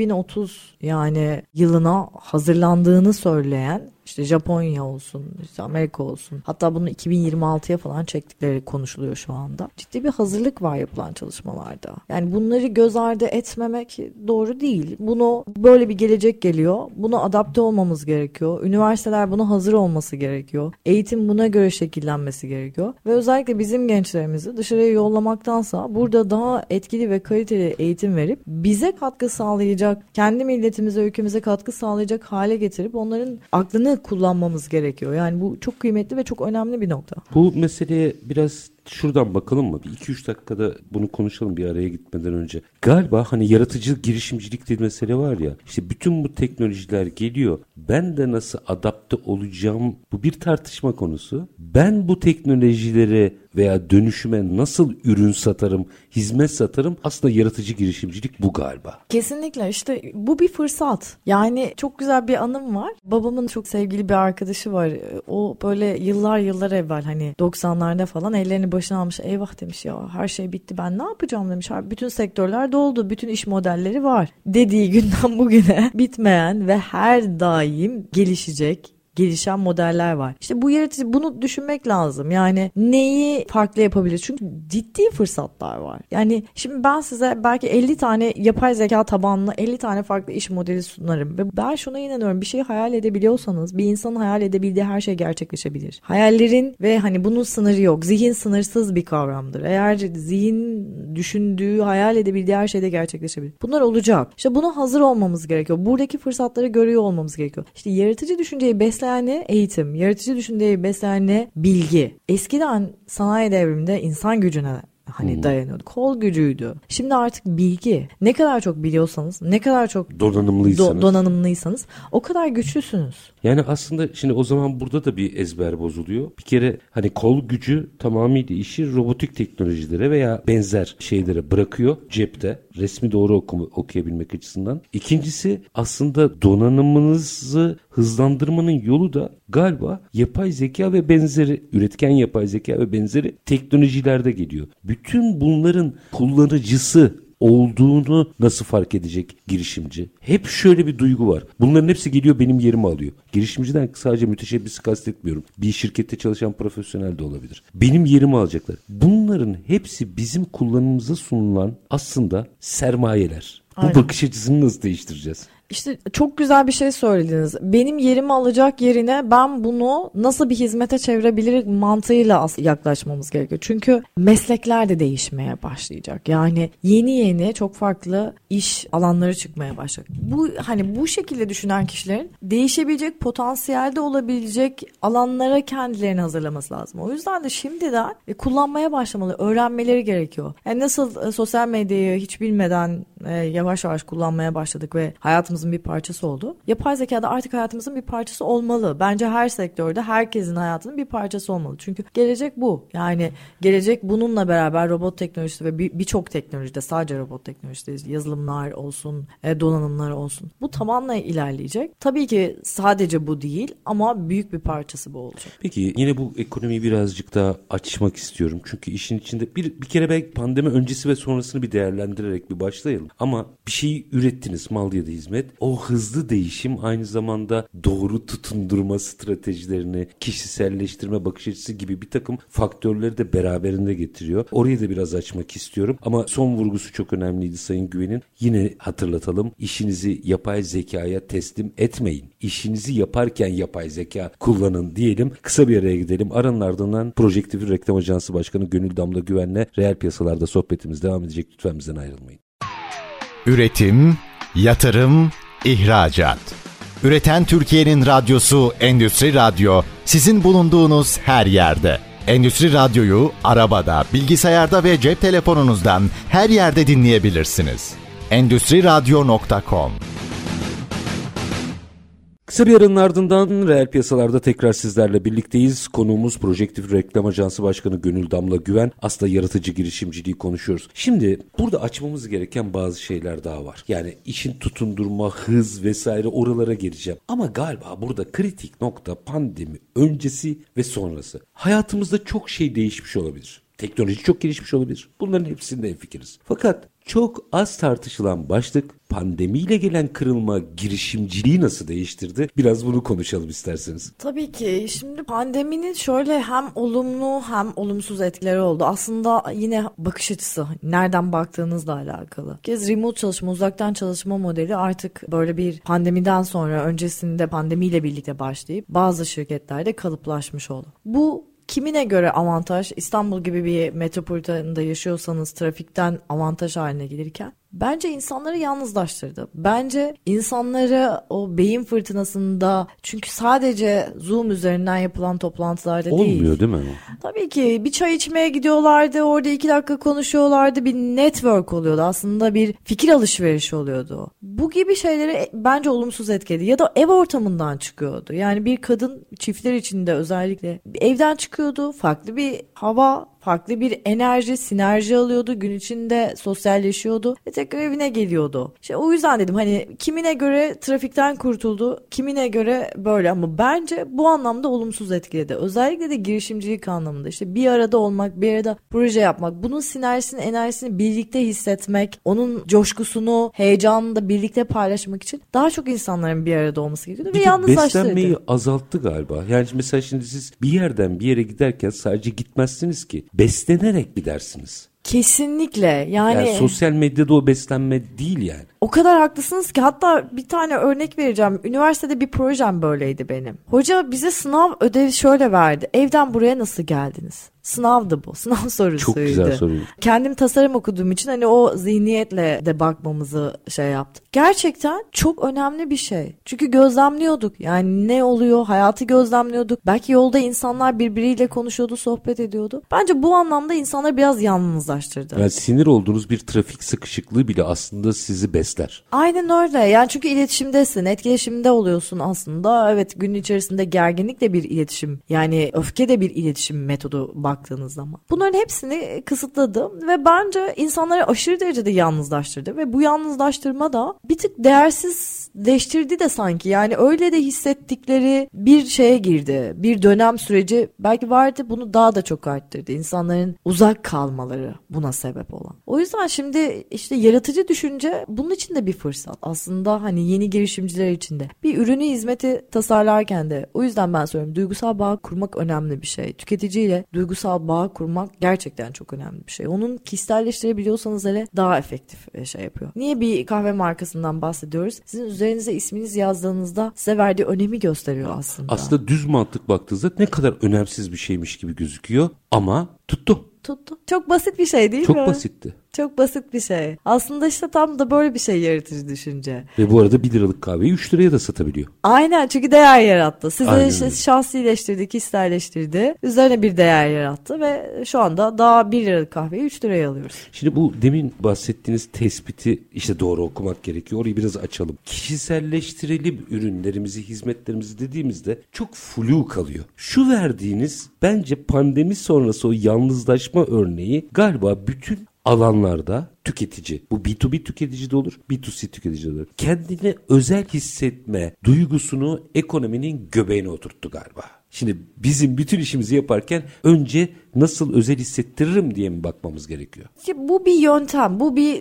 2030 yani yılına hazırlandığını söyleyen İşte Japonya olsun, işte Amerika olsun. Hatta bunu 2026'ya falan çektikleri konuşuluyor şu anda. Ciddi bir hazırlık var yapılan çalışmalarda. Yani bunları göz ardı etmemek doğru değil. Bunu böyle bir gelecek geliyor. Buna adapte olmamız gerekiyor. Üniversiteler buna hazır olması gerekiyor. Eğitim buna göre şekillenmesi gerekiyor. Ve özellikle bizim gençlerimizi dışarıya yollamaktansa burada daha etkili ve kaliteli eğitim verip bize katkı sağlayacak, kendi milletimize, ülkemize katkı sağlayacak hale getirip onların aklını kullanmamız gerekiyor. Yani bu çok kıymetli ve çok önemli bir nokta. Bu meseleye biraz şuradan bakalım mı? Bir 2-3 dakikada bunu konuşalım bir araya gitmeden önce. Galiba hani yaratıcı girişimcilik diye mesele var ya. İşte bütün bu teknolojiler geliyor. Ben de nasıl adapte olacağım? Bu bir tartışma konusu. Ben bu teknolojilere veya dönüşüme nasıl ürün satarım, hizmet satarım? Aslında yaratıcı girişimcilik bu galiba. Kesinlikle, işte bu bir fırsat. Yani çok güzel bir anım var. Babamın çok sevgili bir arkadaşı var. O böyle yıllar evvel hani 90'larda falan ellerini başına almış. Eyvah demiş, ya her şey bitti, ben ne yapacağım demiş. Bütün sektörler doldu, bütün iş modelleri var dediği günden bugüne bitmeyen ve her daim gelişen modeller var. İşte bu yaratıcı, bunu düşünmek lazım. Yani neyi farklı yapabiliriz? Çünkü ciddi fırsatlar var. Yani şimdi ben size belki 50 tane yapay zeka tabanlı 50 tane farklı iş modeli sunarım. Ve ben şuna inanıyorum. Bir şeyi hayal edebiliyorsanız bir insanın hayal edebildiği her şey gerçekleşebilir. Hayallerin ve hani bunun sınırı yok. Zihin sınırsız bir kavramdır. Eğer zihin düşündüğü, hayal edebildiği her şey de gerçekleşebilir. Bunlar olacak. İşte buna hazır olmamız gerekiyor. Buradaki fırsatları görüyor olmamız gerekiyor. İşte yaratıcı düşünceyi besleyen eğitim, yaratıcı düşünceyi besleyen bilgi. Eskiden sanayi devriminde insan gücüne dayanıyordu. Kol gücüydü. Şimdi artık bilgi. Ne kadar çok biliyorsanız, ne kadar çok donanımlıysanız o kadar güçlüsünüz. Yani aslında şimdi o zaman burada da bir ezber bozuluyor. Bir kere hani kol gücü tamamıyla işi robotik teknolojilere veya benzer şeylere bırakıyor cepte. Resmi doğru okuyabilmek açısından. İkincisi, aslında donanımınızı hızlandırmanın yolu da galiba yapay zeka ve benzeri, üretken yapay zeka ve benzeri teknolojilerde geliyor. Bütün bunların kullanıcısı olduğunu nasıl fark edecek girişimci? Hep şöyle bir duygu var. Bunların hepsi geliyor benim yerimi alıyor. Girişimciden sadece müteşebbisi kastetmiyorum. Bir şirkette çalışan profesyonel de olabilir. Benim yerimi alacaklar. Bunların hepsi bizim kullanımımıza sunulan aslında sermayeler. Aynen. Bu bakış açısını nasıl değiştireceğiz? İşte çok güzel bir şey söylediniz. Benim yerimi alacak yerine ben bunu nasıl bir hizmete çevirebilir mantığıyla yaklaşmamız gerekiyor. Çünkü meslekler de değişmeye başlayacak. Yani yeni çok farklı iş alanları çıkmaya başlayacak. Bu şekilde düşünen kişilerin değişebilecek, potansiyelde olabilecek alanlara kendilerini hazırlaması lazım. O yüzden de şimdiden kullanmaya başlamalı, öğrenmeleri gerekiyor. Yani nasıl sosyal medyayı hiç bilmeden yavaş yavaş kullanmaya başladık ve hayatımızın bir parçası oldu. Yapay zeka da artık hayatımızın bir parçası olmalı. Bence her sektörde herkesin hayatının bir parçası olmalı. Çünkü gelecek bu. Yani gelecek bununla beraber robot teknolojisi ve birçok teknolojide, sadece robot teknolojisi, yazılımlar olsun, donanımlar olsun. Bu tamamen ilerleyecek. Tabii ki sadece bu değil ama büyük bir parçası bu olacak. Peki yine bu ekonomiyi birazcık daha açmak istiyorum. Çünkü işin içinde bir kere belki pandemi öncesi ve sonrasını bir değerlendirerek bir başlayalım. Ama bir şeyi ürettiniz, mal ya da hizmet. O hızlı değişim aynı zamanda doğru tutundurma stratejilerini, kişiselleştirme bakış açısı gibi bir takım faktörleri de beraberinde getiriyor. Orayı da biraz açmak istiyorum. Ama son vurgusu çok önemliydi Sayın Güven'in. Yine hatırlatalım. İşinizi yapay zekaya teslim etmeyin. İşinizi yaparken yapay zeka kullanın diyelim. Kısa bir araya gidelim. Aranın ardından Projektif Reklam Ajansı Başkanı Gönül Damla Güven'le reel piyasalarda sohbetimiz devam edecek. Lütfen bizden ayrılmayın. Üretim, yatırım, ihracat. Üreten Türkiye'nin radyosu Endüstri Radyo, sizin bulunduğunuz her yerde. Endüstri Radyo'yu arabada, bilgisayarda ve cep telefonunuzdan her yerde dinleyebilirsiniz. Endüstriradyo.com. Kısa bir aranın ardından reel piyasalarda tekrar sizlerle birlikteyiz. Konuğumuz Projektif Reklam Ajansı Başkanı Gönül Damla Güven. Aslında yaratıcı girişimciliği konuşuyoruz. Şimdi burada açmamız gereken bazı şeyler daha var. Yani işin tutundurma, hız vesaire, oralara geleceğim. Ama galiba burada kritik nokta pandemi öncesi ve sonrası. Hayatımızda çok şey değişmiş olabilir. Teknoloji çok gelişmiş olabilir. Bunların hepsinde hemfikiriz. Fakat çok az tartışılan başlık, pandemiyle gelen kırılma girişimciliği nasıl değiştirdi? Biraz bunu konuşalım isterseniz. Tabii ki. Şimdi pandeminin şöyle hem olumlu hem olumsuz etkileri oldu. Aslında yine bakış açısı, nereden baktığınızla alakalı. Remote çalışma, uzaktan çalışma modeli artık böyle bir pandemiden sonra, öncesinde pandemiyle birlikte başlayıp bazı şirketlerde kalıplaşmış oldu. Bu kimine göre avantaj, İstanbul gibi bir metropolitanda yaşıyorsanız trafikten avantaj haline gelirken bence insanları yalnızlaştırdı. Bence insanları o beyin fırtınasında, çünkü sadece Zoom üzerinden yapılan toplantılarda olmuyor değil mi? Tabii ki bir çay içmeye gidiyorlardı, orada 2 dakika konuşuyorlardı, bir network oluyordu. Aslında bir fikir alışverişi oluyordu. Bu gibi şeyleri bence olumsuz etkiledi. Ya da ev ortamından çıkıyordu. Yani bir kadın çiftler içinde özellikle evden çıkıyordu, farklı bir hava, farklı bir enerji, sinerji alıyordu. Gün içinde sosyalleşiyordu ve tekrar evine geliyordu. İşte o yüzden dedim hani kimine göre trafikten kurtuldu, kimine göre böyle, ama bence bu anlamda olumsuz etkiledi. Özellikle de girişimcilik anlamında işte bir arada olmak, bir arada proje yapmak, bunun sinerjisini, enerjisini birlikte hissetmek, onun coşkusunu, heyecanını da birlikte paylaşmak için daha çok insanların bir arada olması gerekiyordu ve yalnızlaştırdı. Beslenmeyi azalttı galiba. Yani mesela şimdi siz bir yerden bir yere giderken sadece gitmezsiniz ki. Beslenerek gidersiniz. Kesinlikle yani sosyal medyada o beslenme değil yani. O kadar haklısınız ki, hatta bir tane örnek vereceğim. Üniversitede bir projem böyleydi benim. Hoca bize sınav ödevi şöyle verdi. Evden buraya nasıl geldiniz? Sınavdı bu. Sınav sorusuydu. Çok güzel soruydu. Kendim tasarım okuduğum için hani o zihniyetle de bakmamızı şey yaptı. Gerçekten çok önemli bir şey. Çünkü gözlemliyorduk. Yani ne oluyor? Hayatı gözlemliyorduk. Belki yolda insanlar birbiriyle konuşuyordu, sohbet ediyordu. Bence bu anlamda insanları biraz yalnızlaştırdı. Yani sinir olduğunuz bir trafik sıkışıklığı bile aslında sizi besler. Aynen öyle. Yani çünkü iletişimdesin, etkileşimde oluyorsun aslında. Evet, gün içerisinde gerginlik de bir iletişim. Yani öfke de bir iletişim metodu baktığınız zaman. Bunların hepsini kısıtladı ve bence insanları aşırı derecede yalnızlaştırdı ve bu yalnızlaştırma da bir tık değersizleştirdi de sanki. Yani öyle de hissettikleri bir şeye girdi. Bir dönem süreci belki vardı, bunu daha da çok arttırdı. İnsanların uzak kalmaları buna sebep olan. O yüzden şimdi işte yaratıcı düşünce bunun için de bir fırsat. Aslında hani yeni girişimciler için de. Bir ürünü, hizmeti tasarlarken de. O yüzden ben söylüyorum, duygusal bağ kurmak önemli bir şey. Tüketiciyle duygusal bağ kurmak gerçekten çok önemli bir şey. Onun kişiselleştirebiliyorsanız hele daha efektif şey yapıyor. Niye bir kahve markasından bahsediyoruz? Sizin üzerinize isminiz yazdığınızda size verdiği önemi gösteriyor aslında. Aslında düz mantık baktığınızda ne kadar önemsiz bir şeymiş gibi gözüküyor ama tuttu. Çok basit bir şey değil mi? Çok basitti. Çok basit bir şey. Aslında işte tam da böyle bir şey yaratıcı düşünce. Ve bu arada 1 liralık kahveyi 3 liraya da satabiliyor. Aynen, çünkü değer yarattı. Size işte şahsileştirdi, kişiselleştirdi. Üzerine bir değer yarattı ve şu anda daha 1 liralık kahveyi 3 liraya alıyoruz. Şimdi bu demin bahsettiğiniz tespiti işte doğru okumak gerekiyor. Orayı biraz açalım. Kişiselleştirelim ürünlerimizi, hizmetlerimizi dediğimizde çok flu kalıyor. Şu verdiğiniz bence pandemi sonrası o yalnızlaşma örneği galiba bütün alanlarda tüketici, bu B2B tüketici de olur, B2C tüketici de olur, kendine özel hissetme duygusunu ekonominin göbeğine oturttu galiba. Şimdi bizim bütün işimizi yaparken önce nasıl özel hissettiririm diye mi bakmamız gerekiyor? Bu bir yöntem. Bu bir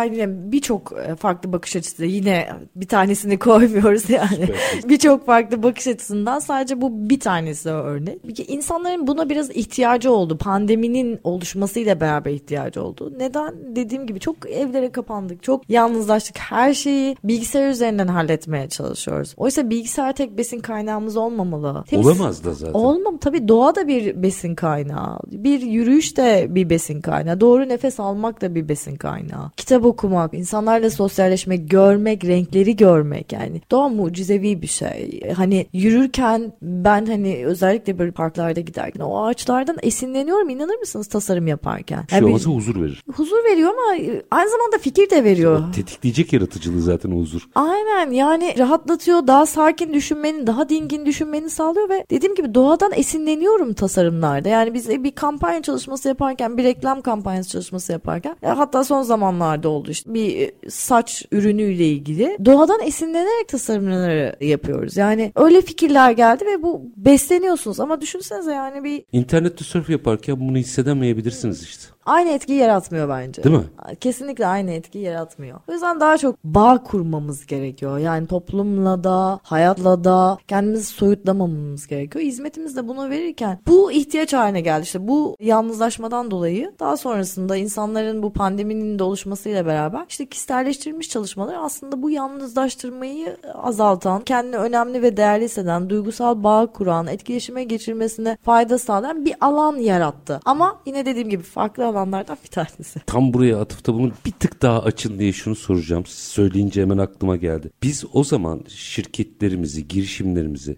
birçok farklı bakış açısı. Yine bir tanesini koymuyoruz yani. Birçok farklı bakış açısından sadece bu bir tanesi örnek. İnsanların buna biraz ihtiyacı oldu. Pandeminin oluşmasıyla beraber ihtiyacı oldu. Neden? Dediğim gibi çok evlere kapandık. Çok yalnızlaştık. Her şeyi bilgisayar üzerinden halletmeye çalışıyoruz. Oysa bilgisayar tek besin kaynağımız olmamalı. Olamaz da zaten. Olmam. Tabii doğa da bir besin kaynağı. Bir yürüyüş de bir besin kaynağı. Doğru nefes almak da bir besin kaynağı. Kitap okumak, insanlarla sosyalleşmek, görmek, renkleri görmek yani. Doğa mucizevi bir şey. Hani yürürken ben hani özellikle böyle parklarda giderken o ağaçlardan esinleniyorum. İnanır mısınız tasarım yaparken? Şu olmasa huzur verir. Huzur veriyor ama aynı zamanda fikir de veriyor. O tetikleyecek yaratıcılığı zaten o huzur. Aynen, yani rahatlatıyor. Daha sakin düşünmeni, daha dingin düşünmeni sağlıyor ve dediğim gibi doğadan esinleniyorum tasarımlarda. Yani biz bir kampanya çalışması yaparken, bir reklam kampanyası çalışması yaparken, hatta son zamanlarda oldu işte bir saç ürünüyle ilgili doğadan esinlenerek tasarımları yapıyoruz. Yani öyle fikirler geldi ve bu besleniyorsunuz ama düşünsenize yani bir İnternette surf yaparken bunu hissedemeyebilirsiniz işte. aynı etkiyi yaratmıyor bence. Değil mi? Kesinlikle aynı etkiyi yaratmıyor. O yüzden daha çok bağ kurmamız gerekiyor. Yani toplumla da, hayatla da kendimizi soyutlamamamız gerekiyor. Hizmetimiz de bunu verirken bu ihtiyaç haline geldi. İşte bu yalnızlaşmadan dolayı daha sonrasında insanların bu pandeminin de oluşmasıyla beraber işte kişiselleştirilmiş çalışmalar aslında bu yalnızlaştırmayı azaltan, kendini önemli ve değerli hisseden, duygusal bağ kuran, etkileşime geçirmesine fayda sağlayan bir alan yarattı. Ama yine dediğim gibi farklı alanlardan bir tanesi. Tam buraya atıfta bunu bir tık daha açın diye şunu soracağım. Siz söyleyince hemen aklıma geldi. Biz o zaman şirketlerimizi, girişimlerimizi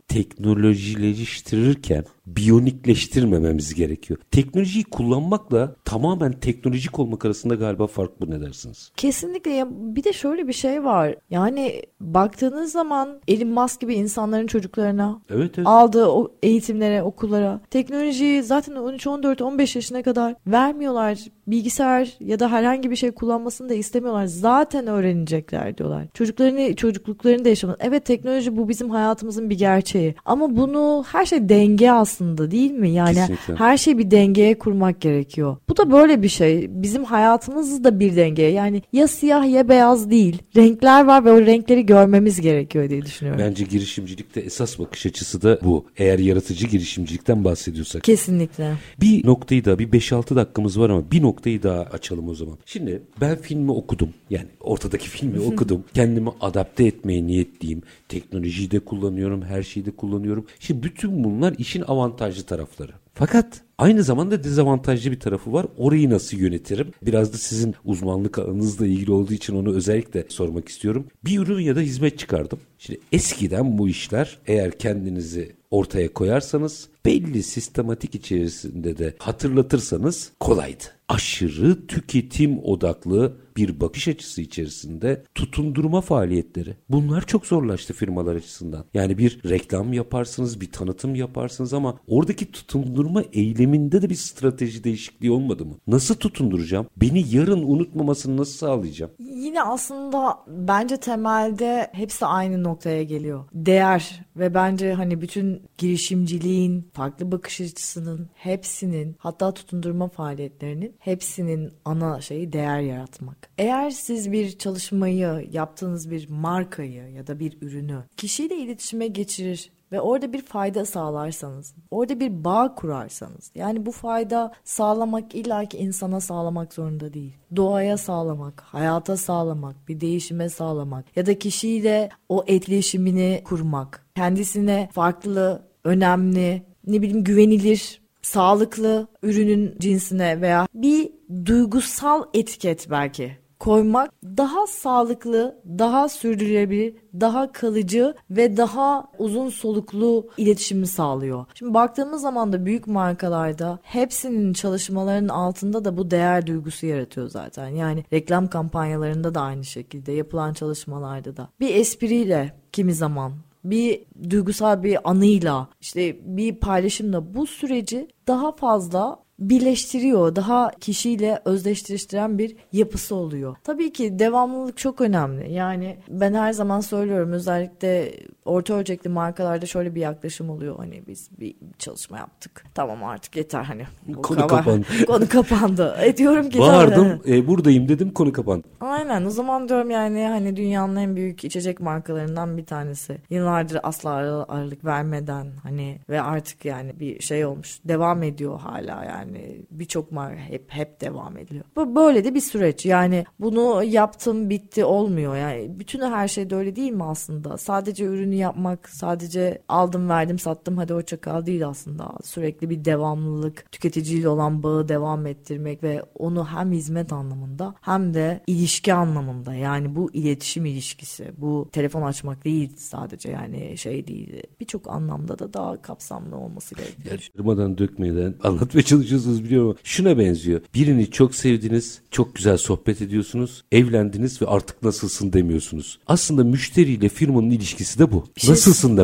teknolojileştirirken biyonikleştirmememiz gerekiyor. Teknolojiyi kullanmakla tamamen teknolojik olmak arasında galiba fark bu, ne dersiniz? Kesinlikle. Ya bir de şöyle bir şey var. Yani baktığınız zaman Elon Musk gibi insanların çocuklarına Evet. aldığı o eğitimlere, okullara teknolojiyi zaten 13, 14, 15 yaşına kadar vermiyorlar. Bilgisayar ya da herhangi bir şey kullanmasını da istemiyorlar. Zaten öğrenecekler diyorlar. Çocukluklarını da yaşamalı. Evet, teknoloji bu bizim hayatımızın bir gerçeği. Ama bunu her şey denge aslında, değil mi? Yani kesinlikle. Her şeyi bir dengeye kurmak gerekiyor. Bu da böyle bir şey. Bizim hayatımız da bir dengeye. Yani ya siyah ya beyaz değil. Renkler var ve o renkleri görmemiz gerekiyor diye düşünüyorum. Bence girişimcilikte esas bakış açısı da bu. Eğer yaratıcı girişimcilikten bahsediyorsak. Kesinlikle. Bir noktayı daha, bir 5-6 dakikamız var ama bir noktayı daha açalım o zaman. Şimdi ben filmi okudum. Yani ortadaki filmi okudum. Kendimi adapte etmeye niyetliyim. Teknolojiyi de kullanıyorum, her şeyi de kullanıyorum. Şimdi bütün bunlar işin avantajlı tarafları. Fakat aynı zamanda dezavantajlı bir tarafı var. Orayı nasıl yönetirim? Biraz da sizin uzmanlık alanınızla ilgili olduğu için onu özellikle sormak istiyorum. Bir ürün ya da hizmet çıkardım. Şimdi eskiden bu işler, eğer kendinizi ortaya koyarsanız, belli sistematik içerisinde de hatırlatırsanız kolaydı. Aşırı tüketim odaklı bir bakış açısı içerisinde tutundurma faaliyetleri. Bunlar çok zorlaştı firmalar açısından. Yani bir reklam yaparsınız, bir tanıtım yaparsınız ama oradaki tutundurma eyleminde de bir strateji değişikliği olmadı mı? Nasıl tutunduracağım? Beni yarın unutmamasını nasıl sağlayacağım? Yine aslında bence temelde hepsi aynı noktaya geliyor. Değer ve bence hani bütün girişimciliğin, farklı bakış açısının hepsinin, hatta tutundurma faaliyetlerinin hepsinin ana şeyi değer yaratmak. Eğer siz bir çalışmayı, yaptığınız bir markayı ya da bir ürünü kişiyle iletişime geçirir ve orada bir fayda sağlarsanız, orada bir bağ kurarsanız, yani bu fayda sağlamak illaki insana sağlamak zorunda değil. Doğaya sağlamak, hayata sağlamak, bir değişime sağlamak ya da kişiyle o etkileşimini kurmak, kendisine farklı, önemli, güvenilir, sağlıklı ürünün cinsine veya bir duygusal etiket belki koymak daha sağlıklı, daha sürdürülebilir, daha kalıcı ve daha uzun soluklu iletişimi sağlıyor. Şimdi baktığımız zaman da büyük markalarda hepsinin çalışmalarının altında da bu değer duygusu yaratıyor zaten. Yani reklam kampanyalarında da aynı şekilde, yapılan çalışmalarda da. Bir espriyle kimi zaman, bir duygusal bir anıyla, işte bir paylaşımla bu süreci daha fazla birleştiriyor, daha kişiyle özdeşleştiren bir yapısı oluyor. Tabii ki devamlılık çok önemli. Yani ben her zaman söylüyorum, özellikle orta ölçekli markalarda şöyle bir yaklaşım oluyor. Hani biz bir çalışma yaptık, tamam artık yeter, hani konu kapandı. Konu kapandı. Diyorum ki bağırdım, buradayım dedim, konu kapandı. Aynen, o zaman diyorum yani hani dünyanın en büyük içecek markalarından bir tanesi. Yıllardır asla aralık vermeden hani ve artık yani bir şey olmuş, devam ediyor hala yani. Birçok marka hep devam ediyor. Böyle de bir süreç. Yani bunu yaptım bitti olmuyor. Yani bütün her şey de öyle değil mi aslında? Sadece ürünü yapmak, sadece aldım verdim sattım hadi hoşça kal değil aslında. Sürekli bir devamlılık, tüketiciyle olan bağı devam ettirmek ve onu hem hizmet anlamında hem de ilişki anlamında, yani bu iletişim ilişkisi, bu telefon açmak değil sadece, yani şey değil. Birçok anlamda da daha kapsamlı olması gerekiyor. Kırmadan dökmeden anlatmaya çalışıyorsunuz, biliyorum ama şuna benziyor. Birini çok sevdiniz, çok güzel sohbet ediyorsunuz, evlendiniz ve artık nasılsın demiyorsunuz. Aslında müşteriyle firmanın ilişkisi de bu. Nasılsın demek.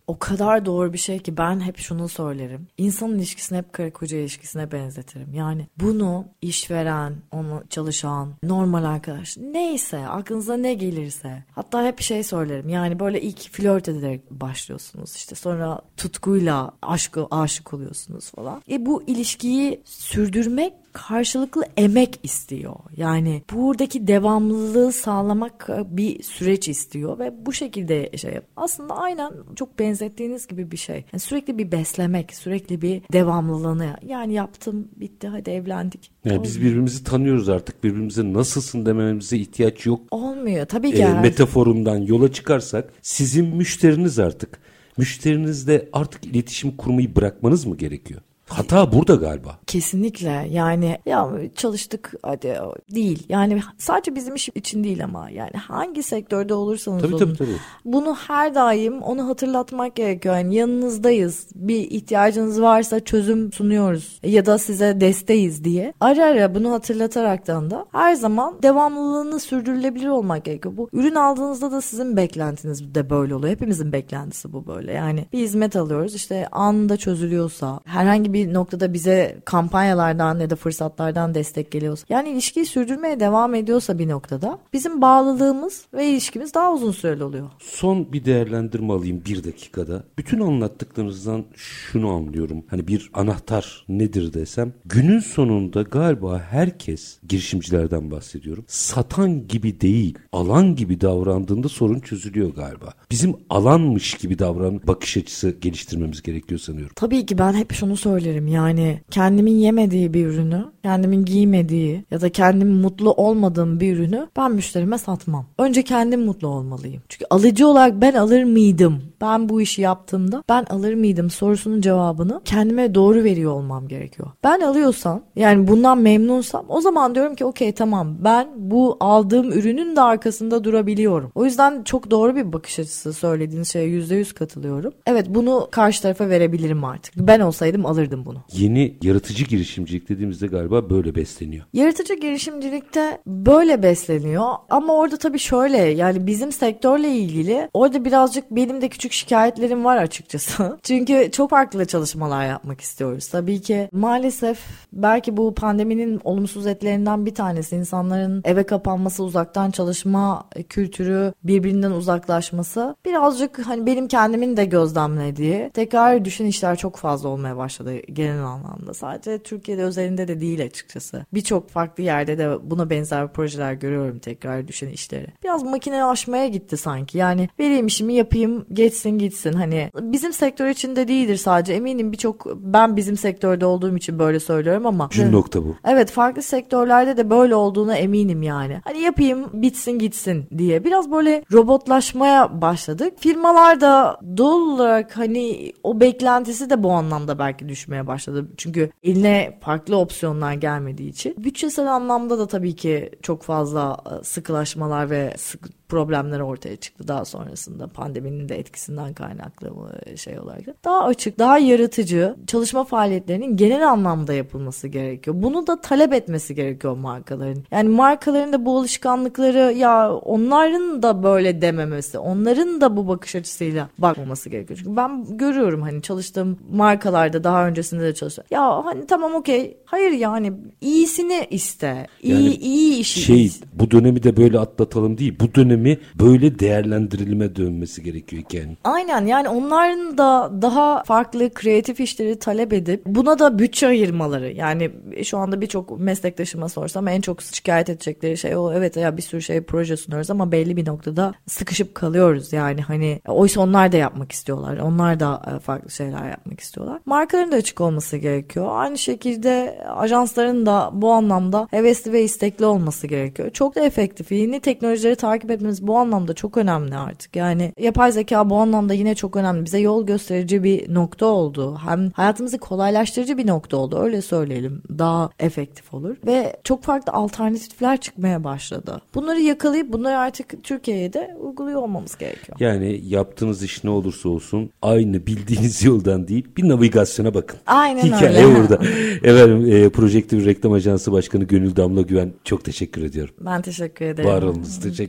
o kadar doğru bir şey ki ben hep şunu söylerim. İnsan ilişkisini hep karı koca ilişkisine benzetirim. Yani bunu işveren, onu çalışan, normal arkadaş, neyse aklınıza ne gelirse. Hatta hep şey söylerim. Yani böyle ilk flört ederek başlıyorsunuz. İşte sonra tutkuyla aşık oluyorsunuz falan. Bu ilişkiyi sürdürmek karşılıklı emek istiyor. Yani buradaki devamlılığı sağlamak bir süreç istiyor ve bu şekilde aslında aynen çok benzettiğiniz gibi bir şey. Yani sürekli bir beslemek, sürekli bir devamlılığını. Yani yaptım, bitti, hadi evlendik. Yani biz birbirimizi tanıyoruz artık. Birbirimize nasılsın dememize ihtiyaç yok. Olmuyor tabii ki. Metaforundan yola çıkarsak sizin müşteriniz artık. Müşterinizle artık iletişim kurmayı bırakmanız mı gerekiyor? Hata burada galiba. Kesinlikle. Yani ya çalıştık hadi değil. Yani sadece bizim iş için değil ama yani hangi sektörde olursanız olun. Tabii. Bunu her daim onu hatırlatmak gerekiyor. Yani yanınızdayız. Bir ihtiyacınız varsa çözüm sunuyoruz. Ya da size desteğiz diye. Ara ara bunu hatırlataraktan da her zaman devamlılığını sürdürülebilir olmak gerekiyor. Bu ürün aldığınızda da sizin beklentiniz de böyle oluyor. Hepimizin beklentisi bu böyle. Yani bir hizmet alıyoruz. İşte anında çözülüyorsa, herhangi bir noktada bize kampanyalardan ya da fırsatlardan destek geliyorsa, yani ilişkiyi sürdürmeye devam ediyorsa bir noktada bizim bağlılığımız ve ilişkimiz daha uzun süreli oluyor. Son bir değerlendirme alayım 1 dakikada. Bütün anlattıklarınızdan şunu anlıyorum. Hani bir anahtar nedir desem, günün sonunda galiba herkes, girişimcilerden bahsediyorum, satan gibi değil, alan gibi davrandığında sorun çözülüyor galiba. Bizim alanmış gibi bakış açısı geliştirmemiz gerekiyor sanıyorum. Tabii ki ben hep şunu söylerim. Yani kendimin yemediği bir ürünü, kendimin giymediği ya da kendim mutlu olmadığım bir ürünü ben müşterime satmam. Önce kendim mutlu olmalıyım. Çünkü alıcı olarak ben alır mıydım? Ben bu işi yaptığımda ben alır mıydım sorusunun cevabını kendime doğru veriyor olmam gerekiyor. Ben alıyorsam, yani bundan memnunsam, o zaman diyorum ki okey tamam, ben bu aldığım ürünün de arkasında durabiliyorum. O yüzden çok doğru bir bakış açısı, söylediğiniz şeye %100 katılıyorum. Evet, bunu karşı tarafa verebilirim artık. Ben olsaydım alırdım bunu. Yeni yaratıcı girişimcilik dediğimizde galiba böyle besleniyor. Yaratıcı girişimcilikte böyle besleniyor ama orada tabii şöyle, yani bizim sektörle ilgili orada birazcık benim de küçük şikayetlerim var açıkçası. Çünkü çok farklı çalışmalar yapmak istiyoruz. Tabii ki maalesef belki bu pandeminin olumsuz etkilerinden bir tanesi insanların eve kapanması, uzaktan çalışma kültürü, birbirinden uzaklaşması. Birazcık hani benim kendimin de gözlemlediği tekrar düşen işler çok fazla olmaya başladı genel anlamda. Sadece Türkiye'de özelinde de değil açıkçası. Birçok farklı yerde de buna benzer projeler görüyorum, tekrar düşen işleri. Biraz makinelaşmaya gitti sanki. Yani vereyim işimi yapayım, geçsin gitsin. Hani bizim sektör içinde değildir sadece. Eminim ben bizim sektörde olduğum için böyle söylüyorum ama. Nokta bu. Evet, farklı sektörlerde de böyle olduğuna eminim yani. Hani yapayım, bitsin gitsin diye. Biraz böyle robotlaşmaya başladık. Firmalar da doğal olarak hani o beklentisi de bu anlamda belki düşmeye başladı. Çünkü eline farklı opsiyonlar gelmediği için. Bütçesel anlamda da tabii ki çok fazla sıkılaşmalar ve problemler ortaya çıktı daha sonrasında, pandeminin de etkisinden kaynaklı şey olarak. Daha açık, daha yaratıcı çalışma faaliyetlerinin genel anlamda yapılması gerekiyor. Bunu da talep etmesi gerekiyor markaların. Yani markaların da bu alışkanlıkları, ya onların da böyle dememesi, onların da bu bakış açısıyla bakmaması gerekiyor. Çünkü ben görüyorum hani çalıştığım markalarda, daha öncesinde de çalıştım. Ya hani tamam okey. Hayır, yani iyisini iste. İyi işi iste. Bu dönemi de böyle atlatalım değil. Bu dönemi böyle değerlendirilme dönmesi gerekiyor hikayenin. Aynen, yani onların da daha farklı kreatif işleri talep edip buna da bütçe ayırmaları. Yani şu anda birçok meslektaşıma sorsam en çok şikayet edecekleri şey o. Evet ya, bir sürü proje sunuyoruz ama belli bir noktada sıkışıp kalıyoruz. Yani hani oysa onlar da yapmak istiyorlar. Onlar da farklı şeyler yapmak istiyorlar. Markaların da açık olması gerekiyor. Aynı şekilde ajansların da bu anlamda hevesli ve istekli olması gerekiyor. Çok da efektif. Yeni teknolojileri takip etmemiz bu anlamda çok önemli artık. Yani yapay zeka bu anlamda yine çok önemli. Bize yol gösterici bir nokta oldu. Hem hayatımızı kolaylaştırıcı bir nokta oldu. Öyle söyleyelim. Daha efektif olur. Ve çok farklı alternatifler çıkmaya başladı. Bunları yakalayıp bunları artık Türkiye'de uyguluyor olmamız gerekiyor. Yani yaptığınız iş ne olursa olsun aynı bildiğiniz yoldan değil, bir navigasyona bakın. Aynen Hikaye öyle. burada. Efendim, Projektif Reklam Ajansı Başkanı Gönül Damla Güven, çok teşekkür ediyorum. Ben teşekkür ederim. Var olunuz. Teşekkür ederim.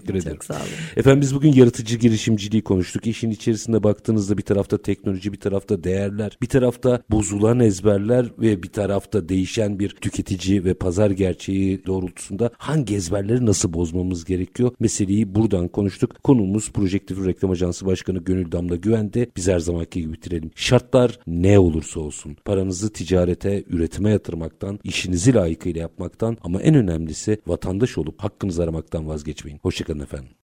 Çok sağ olun. Efendim biz bugün yaratıcı girişimciliği konuştuk. İşin içerisinde baktığınızda bir tarafta teknoloji, bir tarafta değerler, bir tarafta bozulan ezberler ve bir tarafta değişen bir tüketici ve pazar gerçeği doğrultusunda hangi ezberleri nasıl bozmamız gerekiyor? Meseleyi buradan konuştuk. Konuğumuz Projektif Reklam Ajansı Başkanı Gönül Damla Güven'de. Biz her zamanki gibi bitirelim. Şartlar ne olursa olsun paranızı ticarete, üretime yatırmaktan, işinizi layıkıyla yapmaktan ama en önemlisi vatandaş olup hakkınızı aramaktan vazgeçmeyin. Hoşçakalın efendim.